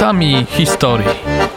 Ojcami historii.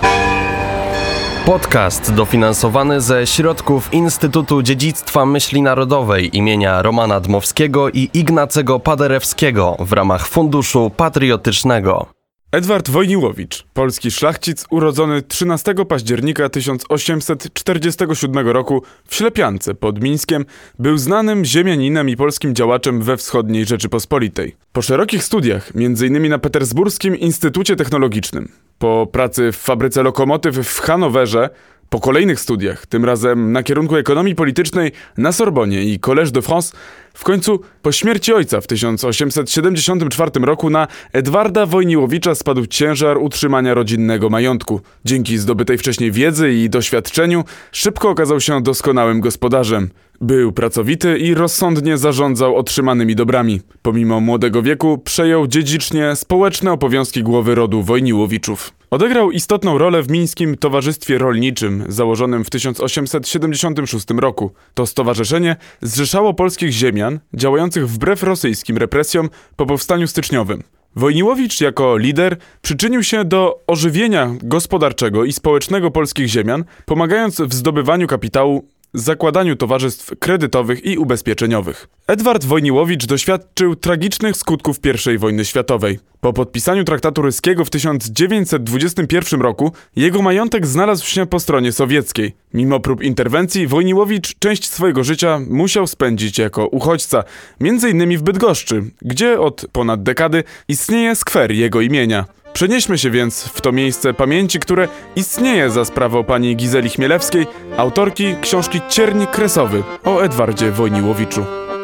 Podcast dofinansowany ze środków Instytutu Dziedzictwa Myśli Narodowej imienia Romana Dmowskiego i Ignacego Paderewskiego w ramach Funduszu Patriotycznego. Edward Wojniłowicz, polski szlachcic urodzony 13 października 1847 roku w Ślepiance pod Mińskiem, był znanym ziemianinem i polskim działaczem we wschodniej Rzeczypospolitej. Po szerokich studiach, m.in. na Petersburskim Instytucie Technologicznym, po pracy w fabryce lokomotyw w Hanowerze, po kolejnych studiach, tym razem na kierunku ekonomii politycznej na Sorbonie i Collège de France, w końcu po śmierci ojca w 1874 roku na Edwarda Wojniłowicza spadł ciężar utrzymania rodzinnego majątku. Dzięki zdobytej wcześniej wiedzy i doświadczeniu szybko okazał się doskonałym gospodarzem. Był pracowity i rozsądnie zarządzał otrzymanymi dobrami. Pomimo młodego wieku przejął dziedzicznie społeczne obowiązki głowy rodu Wojniłowiczów. Odegrał istotną rolę w Mińskim Towarzystwie Rolniczym, założonym w 1876 roku. To stowarzyszenie zrzeszało polskich ziemian, działających wbrew rosyjskim represjom po powstaniu styczniowym. Wojniłowicz jako lider przyczynił się do ożywienia gospodarczego i społecznego polskich ziemian, pomagając w zdobywaniu kapitału, zakładaniu towarzystw kredytowych i ubezpieczeniowych. Edward Wojniłowicz doświadczył tragicznych skutków I wojny światowej. Po podpisaniu traktatu ryskiego w 1921 roku jego majątek znalazł się po stronie sowieckiej. Mimo prób interwencji Wojniłowicz część swojego życia musiał spędzić jako uchodźca, m.in. w Bydgoszczy, gdzie od ponad dekady istnieje skwer jego imienia. Przenieśmy się więc w to miejsce pamięci, które istnieje za sprawą pani Gizeli Chmielewskiej, autorki książki Cierń Kresowy o Edwardzie Wojniłowiczu.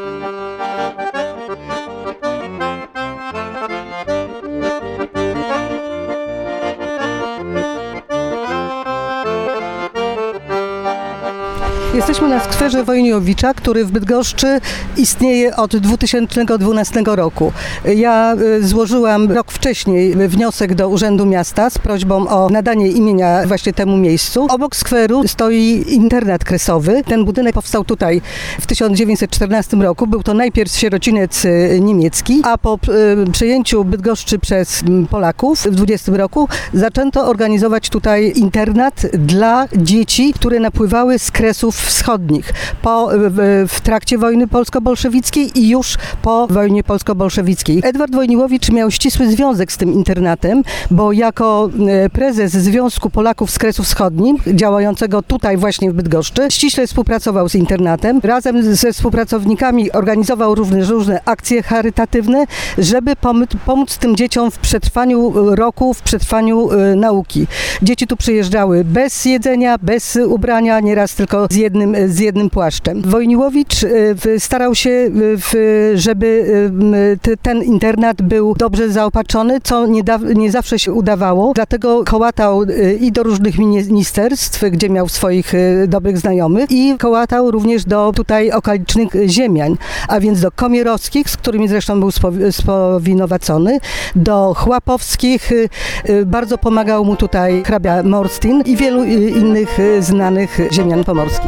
Jesteśmy na skwerze Wojniłowicza, który w Bydgoszczy istnieje od 2012 roku. Ja złożyłam rok wcześniej wniosek do Urzędu Miasta z prośbą o nadanie imienia właśnie temu miejscu. Obok skweru stoi internat kresowy. Ten budynek powstał tutaj w 1914 roku. Był to najpierw sierociniec niemiecki, a po przejęciu Bydgoszczy przez Polaków w 20 roku zaczęto organizować tutaj internat dla dzieci, które napływały z Kresów Wschodnich w trakcie wojny polsko-bolszewickiej i już po wojnie polsko-bolszewickiej. Edward Wojniłowicz miał ścisły związek z tym internatem, bo jako prezes Związku Polaków z Kresów Wschodnich, działającego tutaj właśnie w Bydgoszczy, ściśle współpracował z internatem. Razem ze współpracownikami organizował różne akcje charytatywne, żeby pomóc tym dzieciom w przetrwaniu roku, w przetrwaniu nauki. Dzieci tu przyjeżdżały bez jedzenia, bez ubrania, nieraz tylko z jednym płaszczem. Wojniłowicz starał się, żeby ten internat był dobrze zaopatrzony, co nie zawsze się udawało. Dlatego kołatał i do różnych ministerstw, gdzie miał swoich dobrych znajomych, i kołatał również do tutaj okolicznych ziemian, a więc do komierowskich, z którymi zresztą był spowinowacony, do chłapowskich. Bardzo pomagał mu tutaj hrabia Morstin i wielu innych znanych ziemian pomorskich.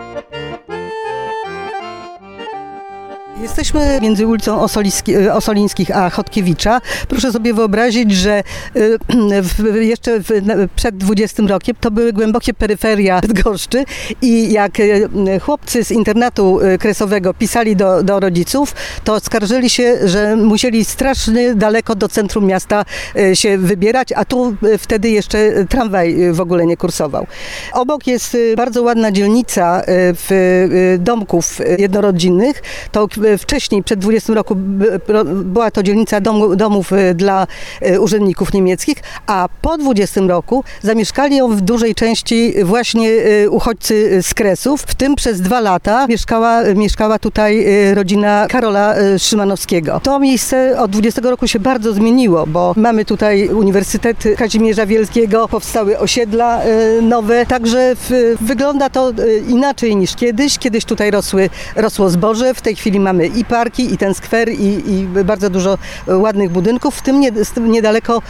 Jesteśmy między ulicą Osolińskich a Chodkiewicza. Proszę sobie wyobrazić, że jeszcze przed 20 rokiem to były głębokie peryferia Bydgoszczy i jak chłopcy z internatu kresowego pisali do rodziców, to skarżyli się, że musieli strasznie daleko do centrum miasta się wybierać, a tu wtedy jeszcze tramwaj w ogóle nie kursował. Obok jest bardzo ładna dzielnica domków jednorodzinnych. To wcześniej, przed 20 roku, była to dzielnica domów dla urzędników niemieckich, a po 20 roku zamieszkali ją w dużej części właśnie uchodźcy z Kresów. W tym przez 2 lata mieszkała tutaj rodzina Karola Szymanowskiego. To miejsce od 20 roku się bardzo zmieniło, bo mamy tutaj Uniwersytet Kazimierza Wielkiego, powstały osiedla nowe, także wygląda to inaczej niż kiedyś. Kiedyś tutaj rosło zboże, w tej chwili mamy i parki, i ten skwer, i bardzo dużo ładnych budynków, w tym niedaleko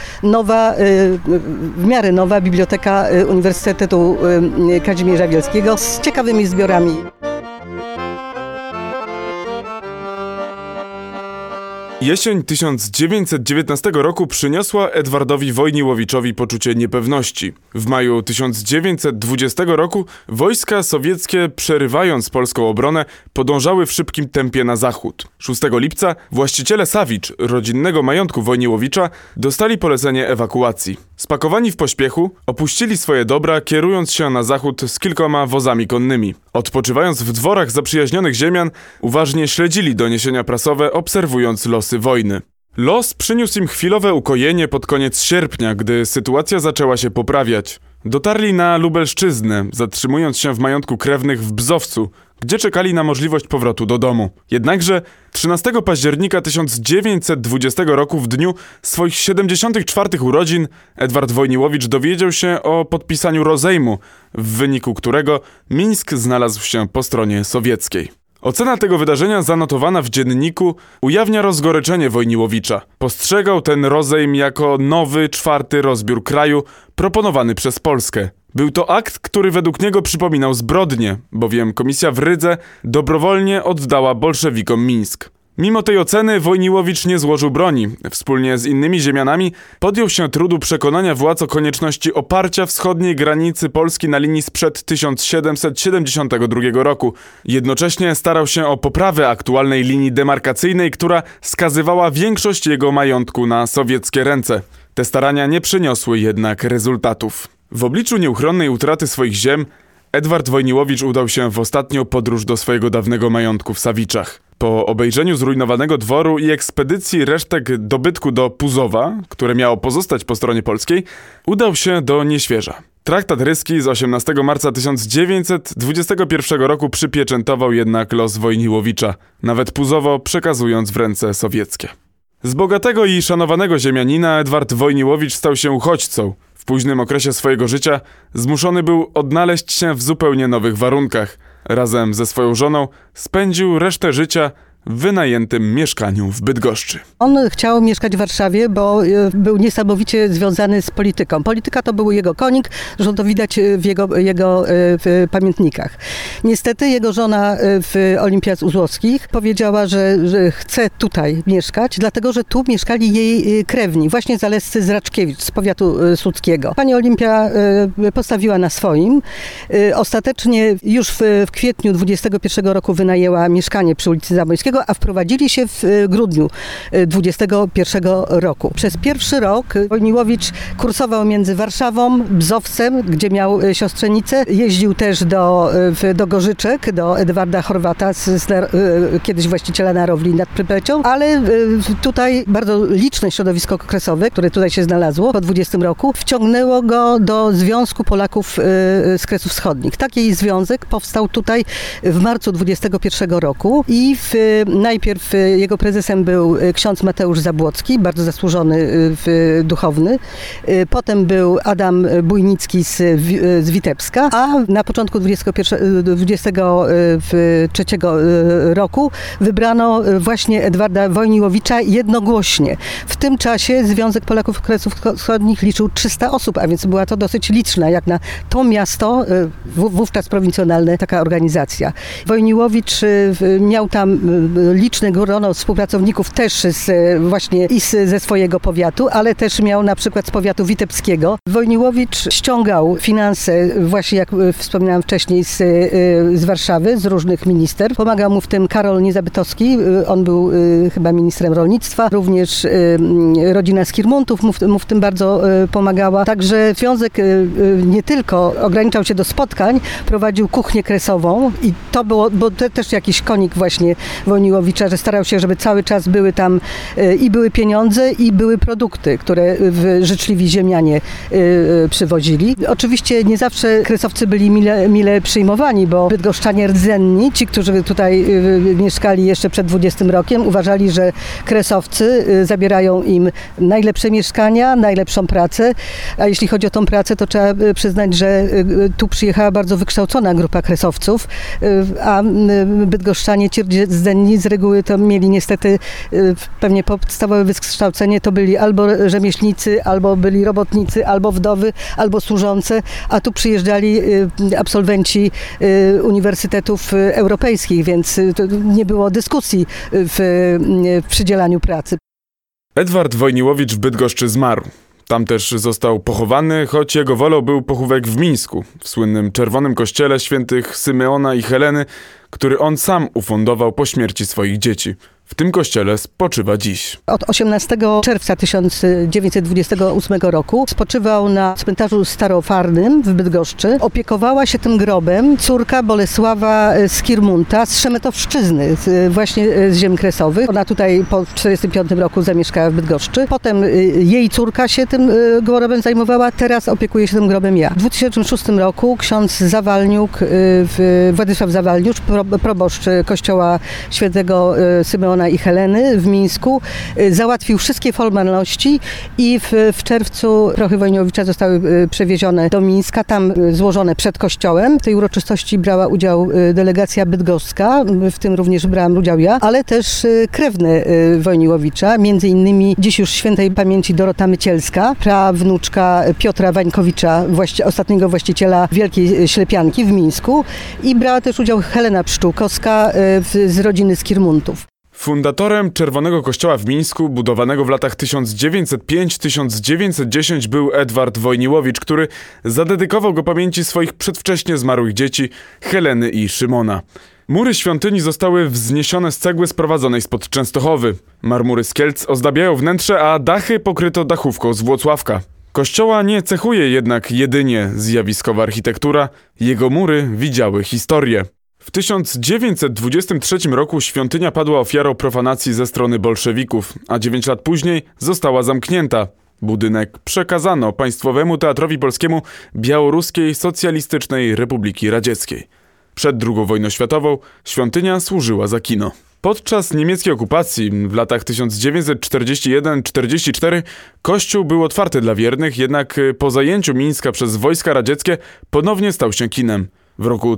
w miarę nowa biblioteka Uniwersytetu Kazimierza Wielkiego z ciekawymi zbiorami. Jesień 1919 roku przyniosła Edwardowi Wojniłowiczowi poczucie niepewności. W maju 1920 roku wojska sowieckie, przerywając polską obronę, podążały w szybkim tempie na zachód. 6 lipca właściciele Sawicz, rodzinnego majątku Wojniłowicza, dostali polecenie ewakuacji. Spakowani w pośpiechu, opuścili swoje dobra, kierując się na zachód z kilkoma wozami konnymi. Odpoczywając w dworach zaprzyjaźnionych ziemian, uważnie śledzili doniesienia prasowe, obserwując losy wojny. Los przyniósł im chwilowe ukojenie pod koniec sierpnia, gdy sytuacja zaczęła się poprawiać. Dotarli na Lubelszczyznę, zatrzymując się w majątku krewnych w Bzowcu, gdzie czekali na możliwość powrotu do domu. Jednakże 13 października 1920 roku, w dniu swoich 74 urodzin, Edward Wojniłowicz dowiedział się o podpisaniu rozejmu, w wyniku którego Mińsk znalazł się po stronie sowieckiej. Ocena tego wydarzenia zanotowana w dzienniku ujawnia rozgoryczenie Wojniłowicza. Postrzegał ten rozejm jako nowy, czwarty rozbiór kraju proponowany przez Polskę. Był to akt, który według niego przypominał zbrodnię, bowiem komisja w Rydze dobrowolnie oddała bolszewikom Mińsk. Mimo tej oceny Wojniłowicz nie złożył broni. Wspólnie z innymi ziemianami podjął się trudu przekonania władz o konieczności oparcia wschodniej granicy Polski na linii sprzed 1772 roku. Jednocześnie starał się o poprawę aktualnej linii demarkacyjnej, która skazywała większość jego majątku na sowieckie ręce. Te starania nie przyniosły jednak rezultatów. W obliczu nieuchronnej utraty swoich ziem Edward Wojniłowicz udał się w ostatnią podróż do swojego dawnego majątku w Sawiczach. Po obejrzeniu zrujnowanego dworu i ekspedycji resztek dobytku do Puzowa, które miało pozostać po stronie polskiej, udał się do Nieświeża. Traktat ryski z 18 marca 1921 roku przypieczętował jednak los Wojniłowicza, nawet Puzowo przekazując w ręce sowieckie. Z bogatego i szanowanego ziemianina Edward Wojniłowicz stał się uchodźcą. W późnym okresie swojego życia zmuszony był odnaleźć się w zupełnie nowych warunkach. Razem ze swoją żoną spędził resztę życia w wynajętym mieszkaniu w Bydgoszczy. On chciał mieszkać w Warszawie, bo był niesamowicie związany z polityką. Polityka to był jego konik, że to widać w jego pamiętnikach. Niestety jego żona w Olimpiac Uzłowskich powiedziała, że chce tutaj mieszkać, dlatego że tu mieszkali jej krewni, właśnie zalescy z Raczkiewicz, z powiatu słuckiego. Pani Olimpia postawiła na swoim. Ostatecznie już w kwietniu 21 roku wynajęła mieszkanie przy ulicy Zamojskiego, a wprowadzili się w grudniu 21 roku. Przez pierwszy rok Wojniłowicz kursował między Warszawą, Bzowcem, gdzie miał siostrzenicę. Jeździł też do Gorzyczek, do Edwarda Chorwata, kiedyś właściciela narowli nad Prypecią, ale tutaj bardzo liczne środowisko okresowe, które tutaj się znalazło po 20 roku, wciągnęło go do Związku Polaków z Kresów Wschodnich. Taki związek powstał tutaj w marcu 21 roku i najpierw jego prezesem był ksiądz Mateusz Zabłocki, bardzo zasłużony duchowny. Potem był Adam Bujnicki z Witebska, a na początku 23 roku wybrano właśnie Edwarda Wojniłowicza jednogłośnie. W tym czasie Związek Polaków Kresów Wschodnich liczył 300 osób, a więc była to dosyć liczna, jak na to miasto, wówczas prowincjonalne, taka organizacja. Wojniłowicz miał tam liczne grono współpracowników też właśnie ze swojego powiatu, ale też miał na przykład z powiatu witebskiego. Wojniłowicz ściągał finanse właśnie, jak wspominałam wcześniej, z Warszawy, z różnych ministerstw. Pomagał mu w tym Karol Niezabytowski, on był chyba ministrem rolnictwa, również rodzina Skirmuntów mu w tym bardzo pomagała. Także związek nie tylko ograniczał się do spotkań, prowadził kuchnię kresową i to było też jakiś konik właśnie Wojniłowicza, że starał się, żeby cały czas były tam i były pieniądze, i były produkty, które życzliwi ziemianie przywozili. Oczywiście nie zawsze kresowcy byli mile przyjmowani, bo bydgoszczanie rdzenni, ci, którzy tutaj mieszkali jeszcze przed 20 rokiem, uważali, że kresowcy zabierają im najlepsze mieszkania, najlepszą pracę, a jeśli chodzi o tą pracę, to trzeba przyznać, że tu przyjechała bardzo wykształcona grupa kresowców, a bydgoszczanie, ci rdzenni Oni z reguły to mieli niestety pewnie podstawowe wykształcenie, to byli albo rzemieślnicy, albo byli robotnicy, albo wdowy, albo służące, a tu przyjeżdżali absolwenci uniwersytetów europejskich, więc to nie było dyskusji w przydzielaniu pracy. Edward Wojniłowicz w Bydgoszczy zmarł. Tam też został pochowany, choć jego wolą był pochówek w Mińsku, w słynnym Czerwonym Kościele świętych Symeona i Heleny, który on sam ufundował po śmierci swoich dzieci. W tym kościele spoczywa dziś. Od 18 czerwca 1928 roku spoczywał na cmentarzu starofarnym w Bydgoszczy. Opiekowała się tym grobem córka Bolesława Skirmunta z Szemetowszczyzny, właśnie z ziem kresowych. Ona tutaj po 1945 roku zamieszkała w Bydgoszczy. Potem jej córka się tym grobem zajmowała, teraz opiekuję się tym grobem ja. W 2006 roku ksiądz Zawalniuk, Władysław Zawalniusz, proboszcz kościoła świętego Symeona i Heleny w Mińsku, załatwił wszystkie formalności i w czerwcu prochy Wojniłowicza zostały przewiezione do Mińska, tam złożone przed kościołem. W tej uroczystości brała udział delegacja bydgoska, w tym również brałam udział ja, ale też krewne Wojniłowicza, między innymi dziś już świętej pamięci Dorota Mycielska, prawnuczka Piotra Wańkowicza, ostatniego właściciela Wielkiej Ślepianki w Mińsku, i brała też udział Helena Pszczółkowska z rodziny Skirmuntów. Fundatorem Czerwonego Kościoła w Mińsku, budowanego w latach 1905-1910, był Edward Wojniłowicz, który zadedykował go pamięci swoich przedwcześnie zmarłych dzieci, Heleny i Szymona. Mury świątyni zostały wzniesione z cegły sprowadzonej spod Częstochowy. Marmury z Kielc ozdabiają wnętrze, a dachy pokryto dachówką z Włocławka. Kościoła nie cechuje jednak jedynie zjawiskowa architektura, jego mury widziały historię. W 1923 roku świątynia padła ofiarą profanacji ze strony bolszewików, a 9 lat później została zamknięta. Budynek przekazano Państwowemu Teatrowi Polskiemu Białoruskiej Socjalistycznej Republiki Radzieckiej. Przed II wojną światową świątynia służyła za kino. Podczas niemieckiej okupacji w latach 1941-44 kościół był otwarty dla wiernych, jednak po zajęciu Mińska przez wojska radzieckie ponownie stał się kinem. W roku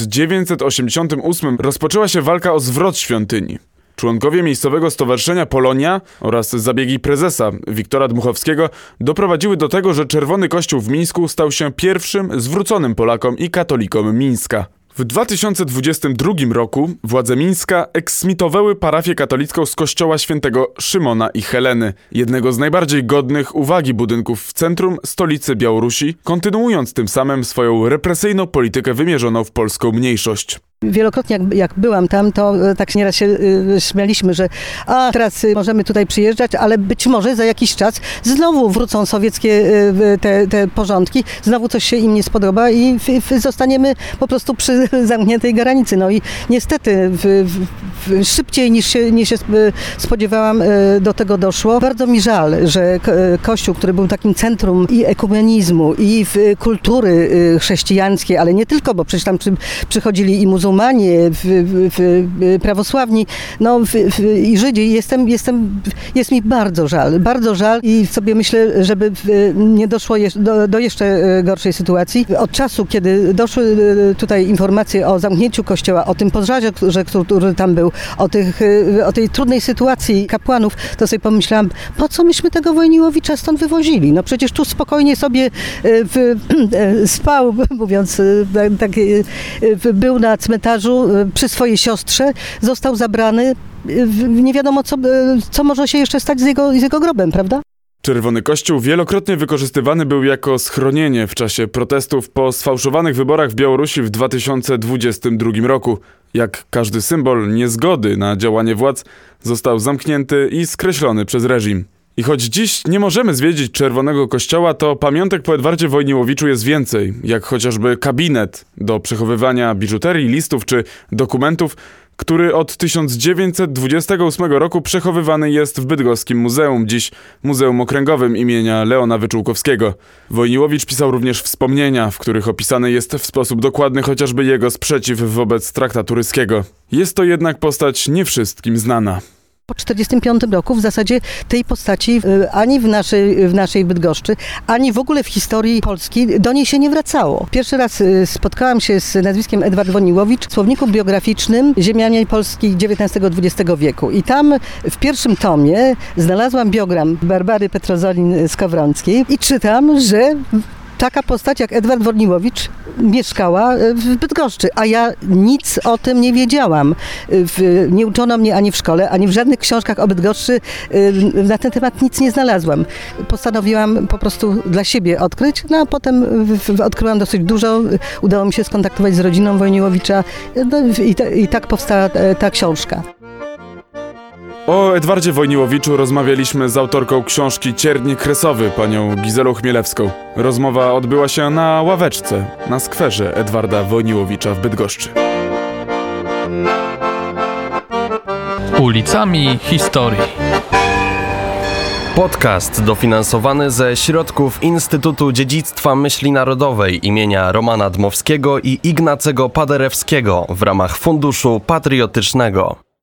1988 rozpoczęła się walka o zwrot świątyni. Członkowie miejscowego stowarzyszenia Polonia oraz zabiegi prezesa Wiktora Dmuchowskiego doprowadziły do tego, że Czerwony Kościół w Mińsku stał się pierwszym zwróconym Polakom i katolikom Mińska. W 2022 roku władze Mińska eksmitowały parafię katolicką z kościoła świętego Szymona i Heleny, jednego z najbardziej godnych uwagi budynków w centrum stolicy Białorusi, kontynuując tym samym swoją represyjną politykę wymierzoną w polską mniejszość. Wielokrotnie jak byłam tam, to tak nieraz się śmialiśmy, że teraz możemy tutaj przyjeżdżać, ale być może za jakiś czas znowu wrócą sowieckie te porządki, znowu coś się im nie spodoba i zostaniemy po prostu przy zamkniętej granicy. No i niestety szybciej niż się spodziewałam do tego doszło. Bardzo mi żal, że Kościół, który był takim centrum i ekumenizmu, i kultury chrześcijańskiej, ale nie tylko, bo przecież tam przychodzili i muzułmanie, prawosławni, i Żydzi. Jest mi bardzo żal i sobie myślę, żeby nie doszło do jeszcze gorszej sytuacji. Od czasu, kiedy doszły tutaj informacje o zamknięciu kościoła, o tym pożarze, który tam był, o tej trudnej sytuacji kapłanów, to sobie pomyślałam, po co myśmy tego Wojniłowicza stąd wywozili? No przecież tu spokojnie sobie spał, mówiąc, był na cmentarzu przy swojej siostrze, został zabrany. Nie wiadomo, co może się jeszcze stać z jego grobem, prawda? Czerwony Kościół wielokrotnie wykorzystywany był jako schronienie w czasie protestów po sfałszowanych wyborach w Białorusi w 2022 roku. Jak każdy symbol niezgody na działanie władz, został zamknięty i skreślony przez reżim. I choć dziś nie możemy zwiedzić Czerwonego Kościoła, to pamiątek po Edwardzie Wojniłowiczu jest więcej, jak chociażby kabinet do przechowywania biżuterii, listów czy dokumentów, który od 1928 roku przechowywany jest w bydgoskim muzeum, dziś Muzeum Okręgowym imienia Leona Wyczółkowskiego. Wojniłowicz pisał również wspomnienia, w których opisany jest w sposób dokładny chociażby jego sprzeciw wobec traktatu ryskiego. Jest to jednak postać nie wszystkim znana. Po 1945 roku w zasadzie tej postaci ani w naszej Bydgoszczy, ani w ogóle w historii Polski do niej się nie wracało. Pierwszy raz spotkałam się z nazwiskiem Edward Wojniłowicz w słowniku biograficznym Ziemianin Polski XIX-XX wieku. I tam w pierwszym tomie znalazłam biogram Barbary Petrozolin-Skowrońskiej i czytam, że taka postać jak Edward Wojniłowicz mieszkała w Bydgoszczy, a ja nic o tym nie wiedziałam. Nie uczono mnie ani w szkole, ani w żadnych książkach o Bydgoszczy na ten temat nic nie znalazłam. Postanowiłam po prostu dla siebie odkryć, no a potem odkryłam dosyć dużo. Udało mi się skontaktować z rodziną Wojniłowicza i tak powstała ta książka. O Edwardzie Wojniłowiczu rozmawialiśmy z autorką książki Cierń Kresowy, panią Gizelą Chmielewską. Rozmowa odbyła się na ławeczce, na skwerze Edwarda Wojniłowicza w Bydgoszczy. Ulicami historii. Podcast dofinansowany ze środków Instytutu Dziedzictwa Myśli Narodowej imienia Romana Dmowskiego i Ignacego Paderewskiego w ramach Funduszu Patriotycznego.